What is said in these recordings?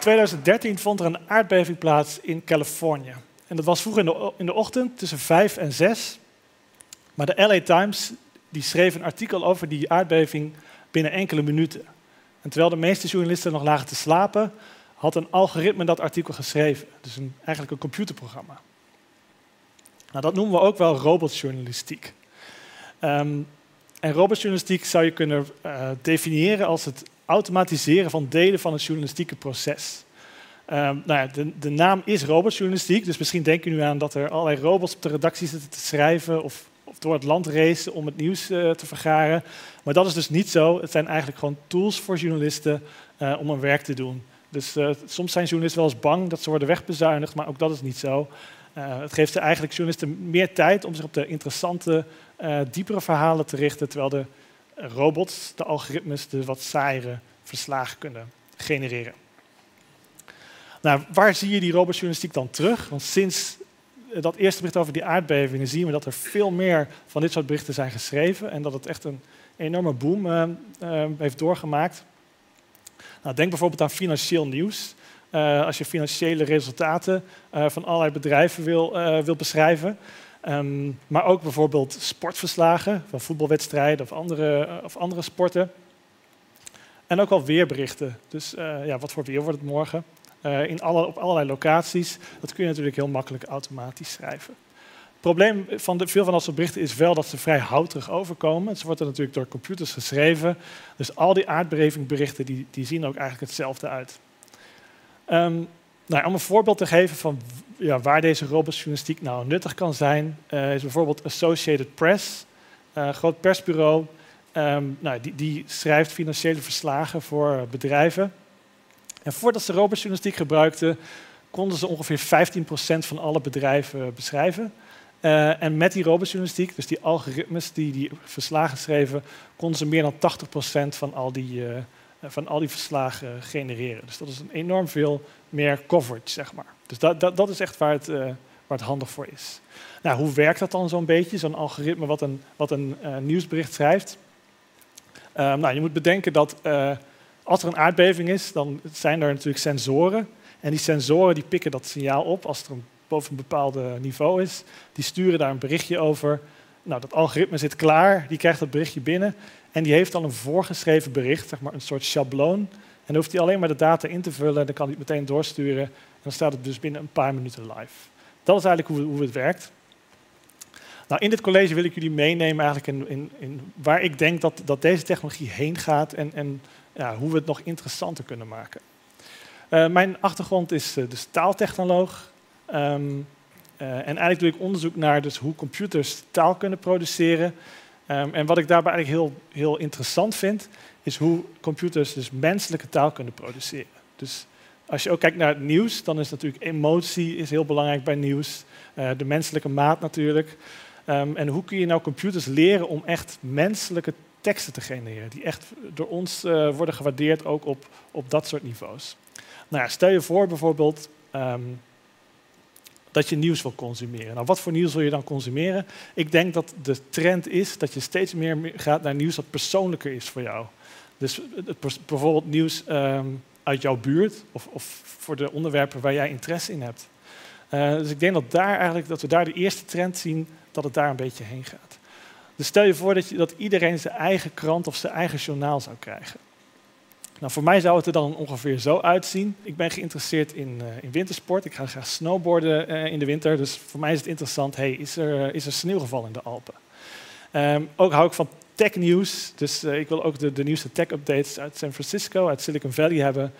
2013 vond er een aardbeving plaats in Californië. En dat was vroeg in de ochtend, tussen 5 en 6. Maar de LA Times die schreef een artikel over die aardbeving binnen enkele minuten. En terwijl de meeste journalisten nog lagen te slapen, had een algoritme dat artikel geschreven. Dus eigenlijk een computerprogramma. Nou, dat noemen we ook wel robotjournalistiek. En robotjournalistiek zou je kunnen definiëren als het automatiseren van delen van het journalistieke proces. De naam is robotjournalistiek, dus misschien denk je nu aan dat er allerlei robots op de redactie zitten te schrijven of door het land racen om het nieuws te vergaren. Maar dat is dus niet zo. Het zijn eigenlijk gewoon tools voor journalisten om hun werk te doen. Dus soms zijn journalisten wel eens bang dat ze worden wegbezuinigd, maar ook dat is niet zo. Het geeft eigenlijk journalisten meer tijd om zich op de interessante, diepere verhalen te richten, terwijl de robots, de algoritmes, de wat saaiere verslagen kunnen genereren. Nou, waar zie je die robotjournalistiek dan terug? Want sinds dat eerste bericht over die aardbevingen zien we dat er veel meer van dit soort berichten zijn geschreven en dat het echt een enorme boom heeft doorgemaakt. Nou, denk bijvoorbeeld aan financieel nieuws. Als je financiële resultaten van allerlei bedrijven wil beschrijven. Maar ook bijvoorbeeld sportverslagen van voetbalwedstrijden of andere sporten. En ook wel weerberichten. Dus wat voor weer wordt het morgen? Op allerlei locaties. Dat kun je natuurlijk heel makkelijk automatisch schrijven. Het probleem van veel van dat soort berichten is wel dat ze vrij houterig overkomen. Ze worden natuurlijk door computers geschreven. Dus al die aardbevingberichten die zien ook eigenlijk hetzelfde uit. Om een voorbeeld te geven van waar deze robotjournalistiek nou nuttig kan zijn, is bijvoorbeeld Associated Press, een groot persbureau. Die schrijft financiële verslagen voor bedrijven. En voordat ze robotjournalistiek gebruikten, konden ze ongeveer 15% van alle bedrijven beschrijven. En met die robotjournalistiek, dus die algoritmes die verslagen schreven, konden ze meer dan 80% van al die verslagen genereren. Dus dat is een enorm veel meer coverage, zeg maar. Dus dat is echt waar het handig voor is. Nou, hoe werkt dat dan zo'n beetje, zo'n algoritme wat een nieuwsbericht schrijft? Je moet bedenken dat als er een aardbeving is, dan zijn er natuurlijk sensoren. En die sensoren die pikken dat signaal op als het boven een bepaald niveau is. Die sturen daar een berichtje over. Nou, dat algoritme zit klaar, die krijgt dat berichtje binnen. En die heeft dan een voorgeschreven bericht, zeg maar een soort schabloon. En dan hoeft hij alleen maar de data in te vullen. Dan kan hij het meteen doorsturen. En dan staat het dus binnen een paar minuten live. Dat is eigenlijk hoe het werkt. Nou, in dit college wil ik jullie meenemen eigenlijk in waar ik denk dat deze technologie heen gaat en hoe we het nog interessanter kunnen maken. Mijn achtergrond is dus taaltechnoloog. En eigenlijk doe ik onderzoek naar dus hoe computers taal kunnen produceren. En wat ik daarbij eigenlijk heel interessant vind, is hoe computers dus menselijke taal kunnen produceren. Dus als je ook kijkt naar het nieuws, dan is natuurlijk emotie is heel belangrijk bij nieuws. De menselijke maat natuurlijk. En hoe kun je nou computers leren om echt menselijke teksten te genereren, die echt door ons worden gewaardeerd ook op dat soort niveaus. Nou ja, stel je voor bijvoorbeeld dat je nieuws wil consumeren. Nou, wat voor nieuws wil je dan consumeren? Ik denk dat de trend is dat je steeds meer gaat naar nieuws dat persoonlijker is voor jou. Dus bijvoorbeeld nieuws uit jouw buurt of voor de onderwerpen waar jij interesse in hebt. Dus ik denk dat we daar de eerste trend zien dat het daar een beetje heen gaat. Dus stel je voor dat iedereen zijn eigen krant of zijn eigen journaal zou krijgen. Nou, voor mij zou het er dan ongeveer zo uitzien. Ik ben geïnteresseerd in wintersport. Ik ga graag snowboarden in de winter. Dus voor mij is het interessant, is er sneeuwgeval in de Alpen? Ook hou ik van technieuws. Dus ik wil ook de nieuwste tech-updates uit San Francisco, uit Silicon Valley hebben.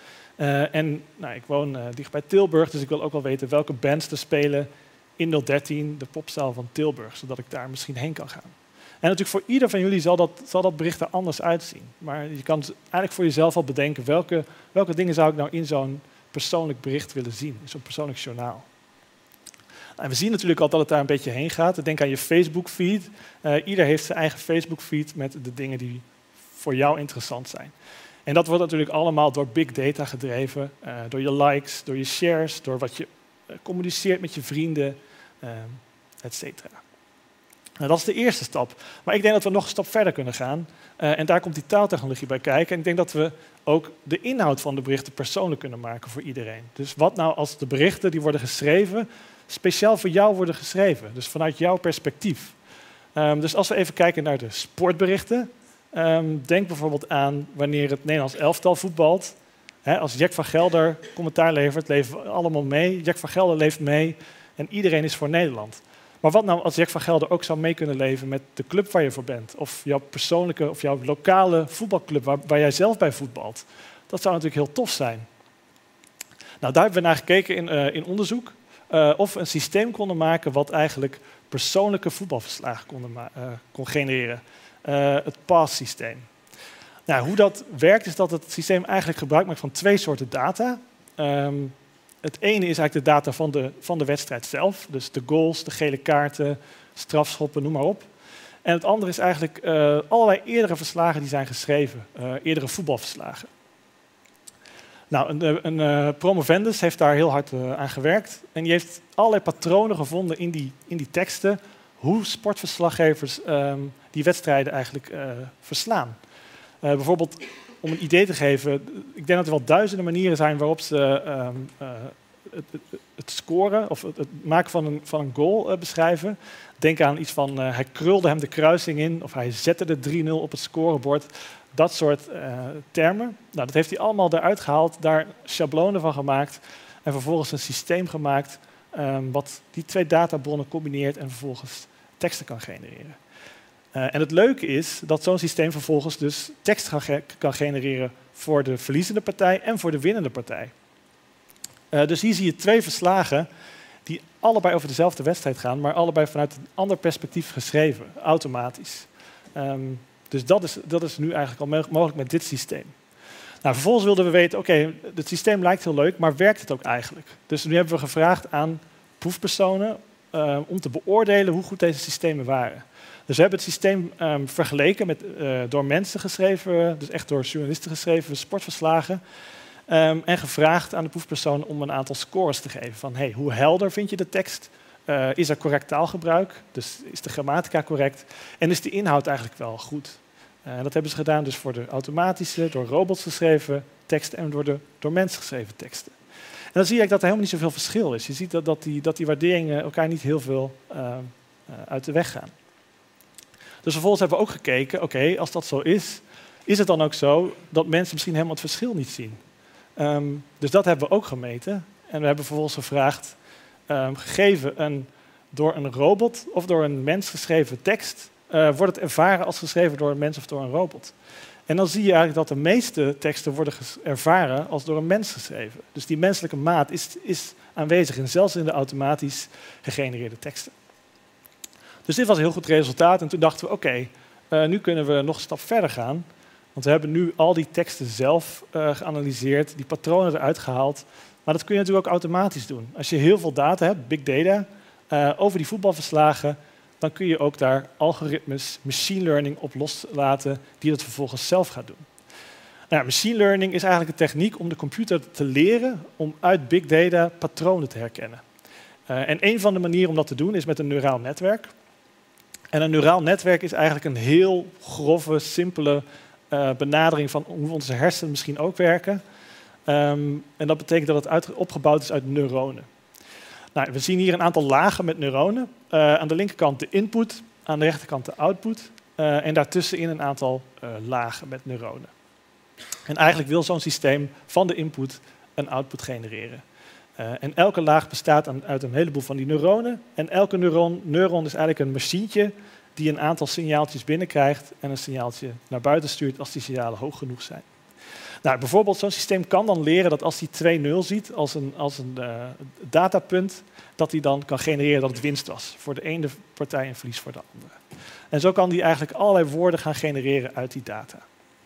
Ik woon dicht bij Tilburg, dus ik wil ook wel weten welke bands er spelen in 013, de popzaal van Tilburg, zodat ik daar misschien heen kan gaan. En natuurlijk voor ieder van jullie zal dat bericht er anders uitzien. Maar je kan eigenlijk voor jezelf al bedenken welke dingen zou ik nou in zo'n persoonlijk bericht willen zien, in zo'n persoonlijk journaal. En we zien natuurlijk al dat het daar een beetje heen gaat. Denk aan je Facebook-feed. Ieder heeft zijn eigen Facebook-feed met de dingen die voor jou interessant zijn. En dat wordt natuurlijk allemaal door big data gedreven, door je likes, door je shares, door wat je communiceert met je vrienden, et cetera. Nou, dat is de eerste stap. Maar ik denk dat we nog een stap verder kunnen gaan. En daar komt die taaltechnologie bij kijken. En ik denk dat we ook de inhoud van de berichten persoonlijk kunnen maken voor iedereen. Dus wat nou als de berichten die worden geschreven, speciaal voor jou worden geschreven? Dus vanuit jouw perspectief. Dus als we even kijken naar de sportberichten. Denk bijvoorbeeld aan wanneer het Nederlands elftal voetbalt. Als Jack van Gelder commentaar levert, leven we allemaal mee. Jack van Gelder leeft mee en iedereen is voor Nederland. Maar wat nou als Jack van Gelder ook zou mee kunnen leven met de club waar je voor bent? Of jouw persoonlijke of jouw lokale voetbalclub waar jij zelf bij voetbalt? Dat zou natuurlijk heel tof zijn. Nou, daar hebben we naar gekeken in onderzoek. Of we een systeem konden maken wat eigenlijk persoonlijke voetbalverslagen kon genereren. Het PASS-systeem. Nou, hoe dat werkt is dat het systeem eigenlijk gebruik maakt van 2 soorten data. Het ene is eigenlijk de data van de wedstrijd zelf. Dus de goals, de gele kaarten, strafschoppen, noem maar op. En het andere is eigenlijk allerlei eerdere verslagen die zijn geschreven. Eerdere voetbalverslagen. Nou, een promovendus heeft daar heel hard aan gewerkt. En die heeft allerlei patronen gevonden in die teksten. Hoe sportverslaggevers die wedstrijden eigenlijk verslaan. Bijvoorbeeld, om een idee te geven, ik denk dat er wel duizenden manieren zijn waarop ze het scoren of het maken van een goal beschrijven. Denk aan iets van hij krulde hem de kruising in of hij zette de 3-0 op het scorebord. Dat soort termen. Nou, dat heeft hij allemaal eruit gehaald, daar schablonen van gemaakt en vervolgens een systeem gemaakt wat die 2 databronnen combineert en vervolgens teksten kan genereren. En het leuke is dat zo'n systeem vervolgens dus tekst kan genereren voor de verliezende partij en voor de winnende partij. Dus hier zie je 2 verslagen die allebei over dezelfde wedstrijd gaan, maar allebei vanuit een ander perspectief geschreven, automatisch. Dus dat is nu eigenlijk al mogelijk met dit systeem. Nou, vervolgens wilden we weten, oké, het systeem lijkt heel leuk, maar werkt het ook eigenlijk? Dus nu hebben we gevraagd aan proefpersonen om te beoordelen hoe goed deze systemen waren. Dus we hebben het systeem vergeleken met door mensen geschreven, dus echt door journalisten geschreven sportverslagen. En gevraagd aan de proefpersoon om een aantal scores te geven. Van hey, hoe helder vind je de tekst? Is er correct taalgebruik? Dus is de grammatica correct? En is de inhoud eigenlijk wel goed? Dat hebben ze gedaan dus voor de automatische, door robots geschreven teksten en door mensen geschreven teksten. En dan zie je dat er helemaal niet zoveel verschil is. Je ziet dat die waarderingen elkaar niet heel veel uit de weg gaan. Dus vervolgens hebben we ook gekeken, oké, als dat zo is het dan ook zo dat mensen misschien helemaal het verschil niet zien? Dus dat hebben we ook gemeten. En we hebben vervolgens gevraagd, gegeven door een robot of door een mens geschreven tekst, wordt het ervaren als geschreven door een mens of door een robot? En dan zie je eigenlijk dat de meeste teksten worden ervaren als door een mens geschreven. Dus die menselijke maat is aanwezig, zelfs in de automatisch gegenereerde teksten. Dus dit was een heel goed resultaat. En toen dachten we, oké, nu kunnen we nog een stap verder gaan. Want we hebben nu al die teksten zelf geanalyseerd, die patronen eruit gehaald. Maar dat kun je natuurlijk ook automatisch doen. Als je heel veel data hebt, big data, over die voetbalverslagen, dan kun je ook daar algoritmes, machine learning op loslaten die dat vervolgens zelf gaat doen. Nou, machine learning is eigenlijk een techniek om de computer te leren om uit big data patronen te herkennen. En een van de manieren om dat te doen is met een neuraal netwerk. En een neuraal netwerk is eigenlijk een heel grove, simpele benadering van hoe onze hersenen misschien ook werken. En dat betekent dat het opgebouwd is uit neuronen. Nou, we zien hier een aantal lagen met neuronen. Aan de linkerkant de input, aan de rechterkant de output. En daartussenin een aantal lagen met neuronen. En eigenlijk wil zo'n systeem van de input een output genereren. En elke laag bestaat uit een heleboel van die neuronen. En elke neuron is eigenlijk een machientje die een aantal signaaltjes binnenkrijgt en een signaaltje naar buiten stuurt als die signalen hoog genoeg zijn. Nou, bijvoorbeeld zo'n systeem kan dan leren dat als hij 2-0 ziet als een datapunt, dat hij dan kan genereren dat het winst was voor de ene partij en verlies voor de andere. En zo kan hij eigenlijk allerlei woorden gaan genereren uit die data.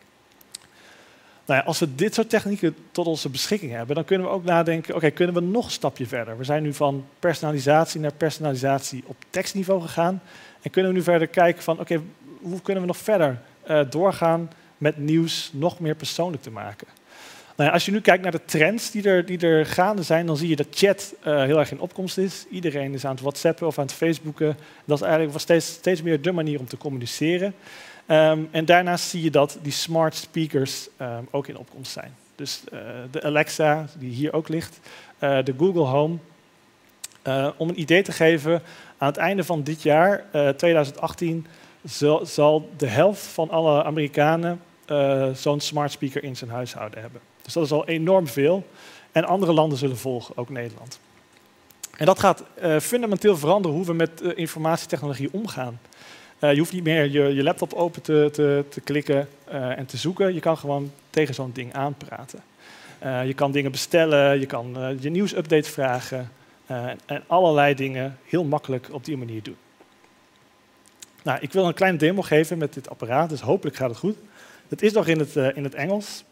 Nou ja, als we dit soort technieken tot onze beschikking hebben, dan kunnen we ook nadenken, oké, kunnen we nog een stapje verder? We zijn nu van personalisatie naar personalisatie op tekstniveau gegaan. En kunnen we nu verder kijken van, oké, hoe kunnen we nog verder doorgaan met nieuws nog meer persoonlijk te maken? Nou Nou ja, als je nu kijkt naar de trends die er gaande zijn, dan zie je dat chat heel erg in opkomst is. Iedereen is aan het WhatsAppen of aan het Facebooken. Dat is eigenlijk steeds meer de manier om te communiceren. En daarnaast zie je dat die smart speakers ook in opkomst zijn. Dus de Alexa, die hier ook ligt, de Google Home. Om een idee te geven, aan het einde van dit jaar, 2018, zal de helft van alle Amerikanen zo'n smart speaker in zijn huishouden hebben. Dus dat is al enorm veel. En andere landen zullen volgen, ook Nederland. En dat gaat fundamenteel veranderen hoe we met informatietechnologie omgaan. Je hoeft niet meer je laptop open te klikken en te zoeken. Je kan gewoon tegen zo'n ding aanpraten. Je kan dingen bestellen, je kan je nieuwsupdate vragen en allerlei dingen heel makkelijk op die manier doen. Nou, ik wil een kleine demo geven met dit apparaat, dus hopelijk gaat het goed. Het is nog in het Engels.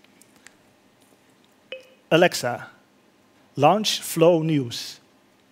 Alexa, launch Flow News.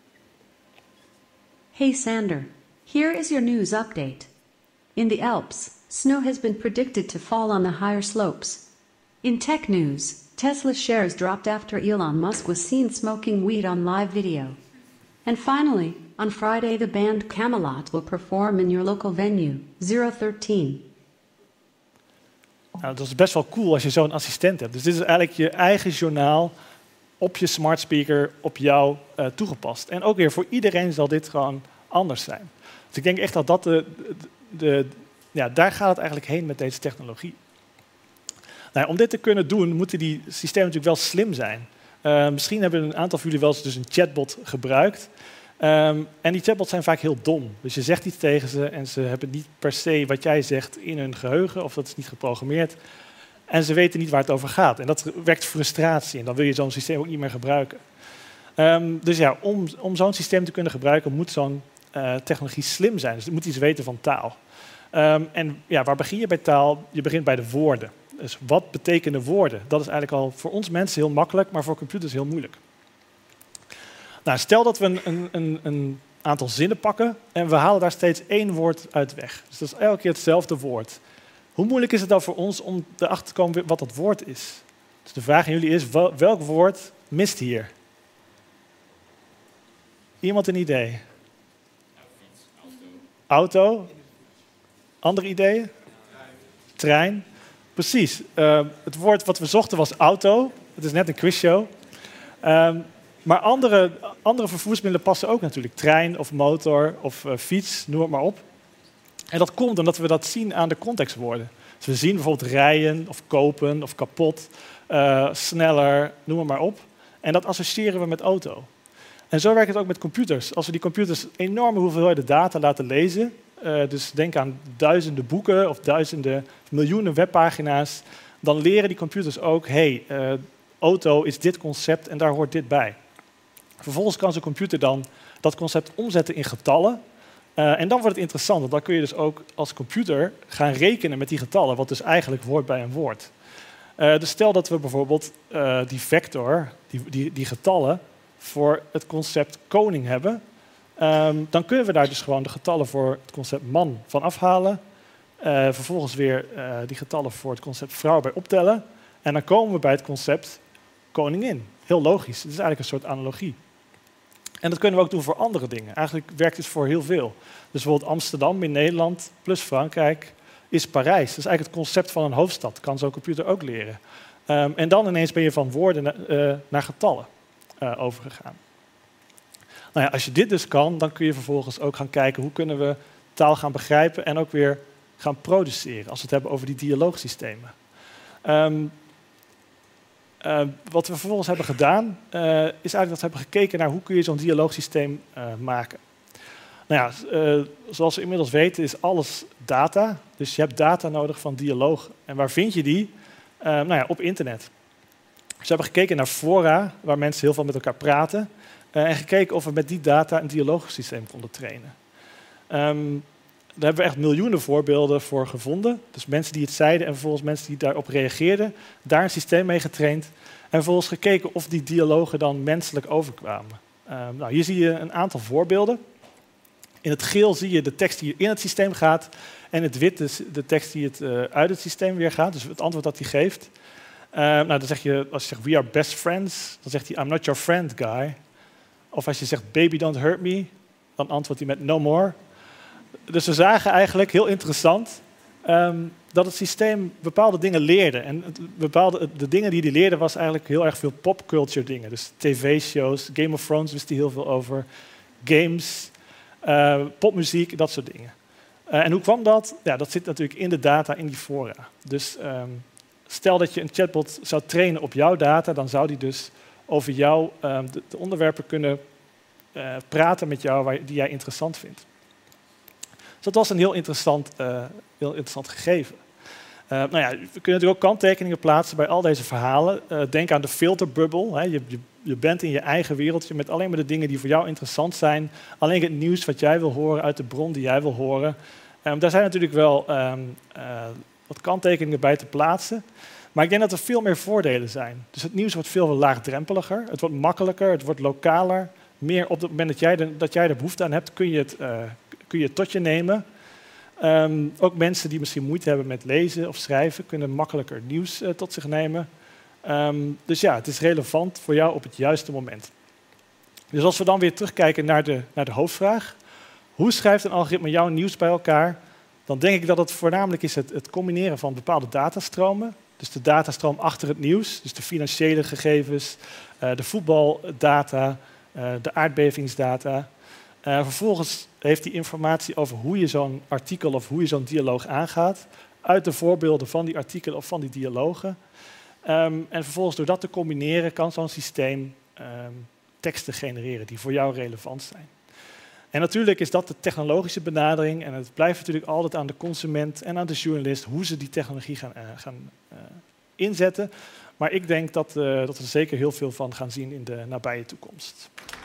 Hey Sander, here is your news update. In the Alps, snow has been predicted to fall on the higher slopes. In tech news, Tesla shares dropped after Elon Musk was seen smoking weed on live video. And finally, on Friday the band Camelot will perform in your local venue, 013. Nou, dat is best wel cool als je zo'n assistent hebt. Dus dit is eigenlijk je eigen journaal op je smart speaker op jou toegepast. En ook weer voor iedereen zal dit gewoon anders zijn. Dus ik denk echt dat dat daar gaat het eigenlijk heen met deze technologie. Nou, om dit te kunnen doen, moeten die systemen natuurlijk wel slim zijn. Misschien hebben een aantal van jullie wel eens dus een chatbot gebruikt. En die chatbots zijn vaak heel dom. Dus je zegt iets tegen ze en ze hebben niet per se wat jij zegt in hun geheugen, of dat is niet geprogrammeerd. En ze weten niet waar het over gaat. En dat wekt frustratie en dan wil je zo'n systeem ook niet meer gebruiken. Dus ja, om zo'n systeem te kunnen gebruiken, moet zo'n technologie slim zijn. Dus het moet iets weten van taal. En ja, waar begin je bij taal? Je begint bij de woorden. Dus wat betekenen woorden? Dat is eigenlijk al voor ons mensen heel makkelijk, maar voor computers heel moeilijk. Nou, stel dat we een aantal zinnen pakken en we halen daar steeds één woord uit weg. Dus dat is elke keer hetzelfde woord. Hoe moeilijk is het dan voor ons om erachter te komen wat dat woord is? Dus de vraag aan jullie is, welk woord mist hier? Iemand een idee? Auto? Andere ideeën? Trein? Precies. Het woord wat we zochten was auto. Het is net een quizshow. Maar andere vervoersmiddelen passen ook natuurlijk. Trein of motor of fiets, noem het maar op. En dat komt omdat we dat zien aan de contextwoorden. Dus we zien bijvoorbeeld rijden of kopen of kapot, sneller, noem het maar op. En dat associëren we met auto. En zo werkt het ook met computers. Als we die computers enorme hoeveelheden data laten lezen, dus denk aan duizenden boeken of miljoenen webpagina's, dan leren die computers ook, auto is dit concept en daar hoort dit bij. Vervolgens kan zo'n computer dan dat concept omzetten in getallen. En dan wordt het interessant, want dan kun je dus ook als computer gaan rekenen met die getallen, wat dus eigenlijk hoort bij een woord. Dus stel dat we bijvoorbeeld die vector, die getallen, voor het concept koning hebben, dan kunnen we daar dus gewoon de getallen voor het concept man van afhalen. Vervolgens weer die getallen voor het concept vrouw bij optellen. En dan komen we bij het concept koningin. Heel logisch, het is eigenlijk een soort analogie. En dat kunnen we ook doen voor andere dingen. Eigenlijk werkt het voor heel veel. Dus bijvoorbeeld Amsterdam in Nederland plus Frankrijk is Parijs. Dat is eigenlijk het concept van een hoofdstad. Kan zo'n computer ook leren. En dan ineens ben je van woorden naar getallen overgegaan. Nou ja, als je dit dus kan, dan kun je vervolgens ook gaan kijken hoe kunnen we taal gaan begrijpen en ook weer gaan produceren. Als we het hebben over die dialoogsystemen. Wat we vervolgens hebben gedaan, is eigenlijk dat we hebben gekeken naar hoe kun je zo'n dialoogsysteem maken. Nou ja, zoals we inmiddels weten is alles data. Dus je hebt data nodig van dialoog. En waar vind je die? Op internet. Dus we hebben gekeken naar fora, waar mensen heel veel met elkaar praten. En gekeken of we met die data een dialoogsysteem konden trainen. Daar hebben we echt miljoenen voorbeelden voor gevonden. Dus mensen die het zeiden en vervolgens mensen die daarop reageerden. Daar een systeem mee getraind. En vervolgens gekeken of die dialogen dan menselijk overkwamen. Hier zie je een aantal voorbeelden. In het geel zie je de tekst die in het systeem gaat. En het wit is de tekst die uit het systeem weer gaat. Dus het antwoord dat hij geeft. Dan zeg je, als je zegt we are best friends, dan zegt hij I'm not your friend, guy. Of als je zegt baby don't hurt me, dan antwoordt hij met no more. Dus we zagen eigenlijk, heel interessant, dat het systeem bepaalde dingen leerde. En de dingen die hij leerde was eigenlijk heel erg veel popculture dingen. Dus tv-shows, Game of Thrones wist hij heel veel over, games, popmuziek, dat soort dingen. En hoe kwam dat? Ja, dat zit natuurlijk in de data, in die fora. Dus stel dat je een chatbot zou trainen op jouw data, dan zou die dus over jou de onderwerpen kunnen praten met jou die jij interessant vindt. Dus dat was een heel interessant gegeven. We kunnen natuurlijk ook kanttekeningen plaatsen bij al deze verhalen. Denk aan de filterbubble. Hè. Je bent in je eigen wereldje met alleen maar de dingen die voor jou interessant zijn. Alleen het nieuws wat jij wil horen uit de bron die jij wil horen. Daar zijn natuurlijk wel wat kanttekeningen bij te plaatsen. Maar ik denk dat er veel meer voordelen zijn. Dus het nieuws wordt veel laagdrempeliger. Het wordt makkelijker, het wordt lokaler. Meer op het moment dat jij er behoefte aan hebt, kun je het tot je nemen. Ook mensen die misschien moeite hebben met lezen of schrijven, kunnen makkelijker nieuws tot zich nemen. Dus ja, het is relevant voor jou op het juiste moment. Dus als we dan weer terugkijken naar de hoofdvraag. Hoe schrijft een algoritme jouw nieuws bij elkaar? Dan denk ik dat het voornamelijk is het combineren van bepaalde datastromen. Dus de datastroom achter het nieuws, dus de financiële gegevens, de voetbaldata, de aardbevingsdata. Vervolgens heeft hij informatie over hoe je zo'n artikel of hoe je zo'n dialoog aangaat, uit de voorbeelden van die artikelen of van die dialogen. En vervolgens door dat te combineren kan zo'n systeem teksten genereren die voor jou relevant zijn. En natuurlijk is dat de technologische benadering en het blijft natuurlijk altijd aan de consument en aan de journalist hoe ze die technologie gaan inzetten. Maar ik denk dat we er zeker heel veel van gaan zien in de nabije toekomst.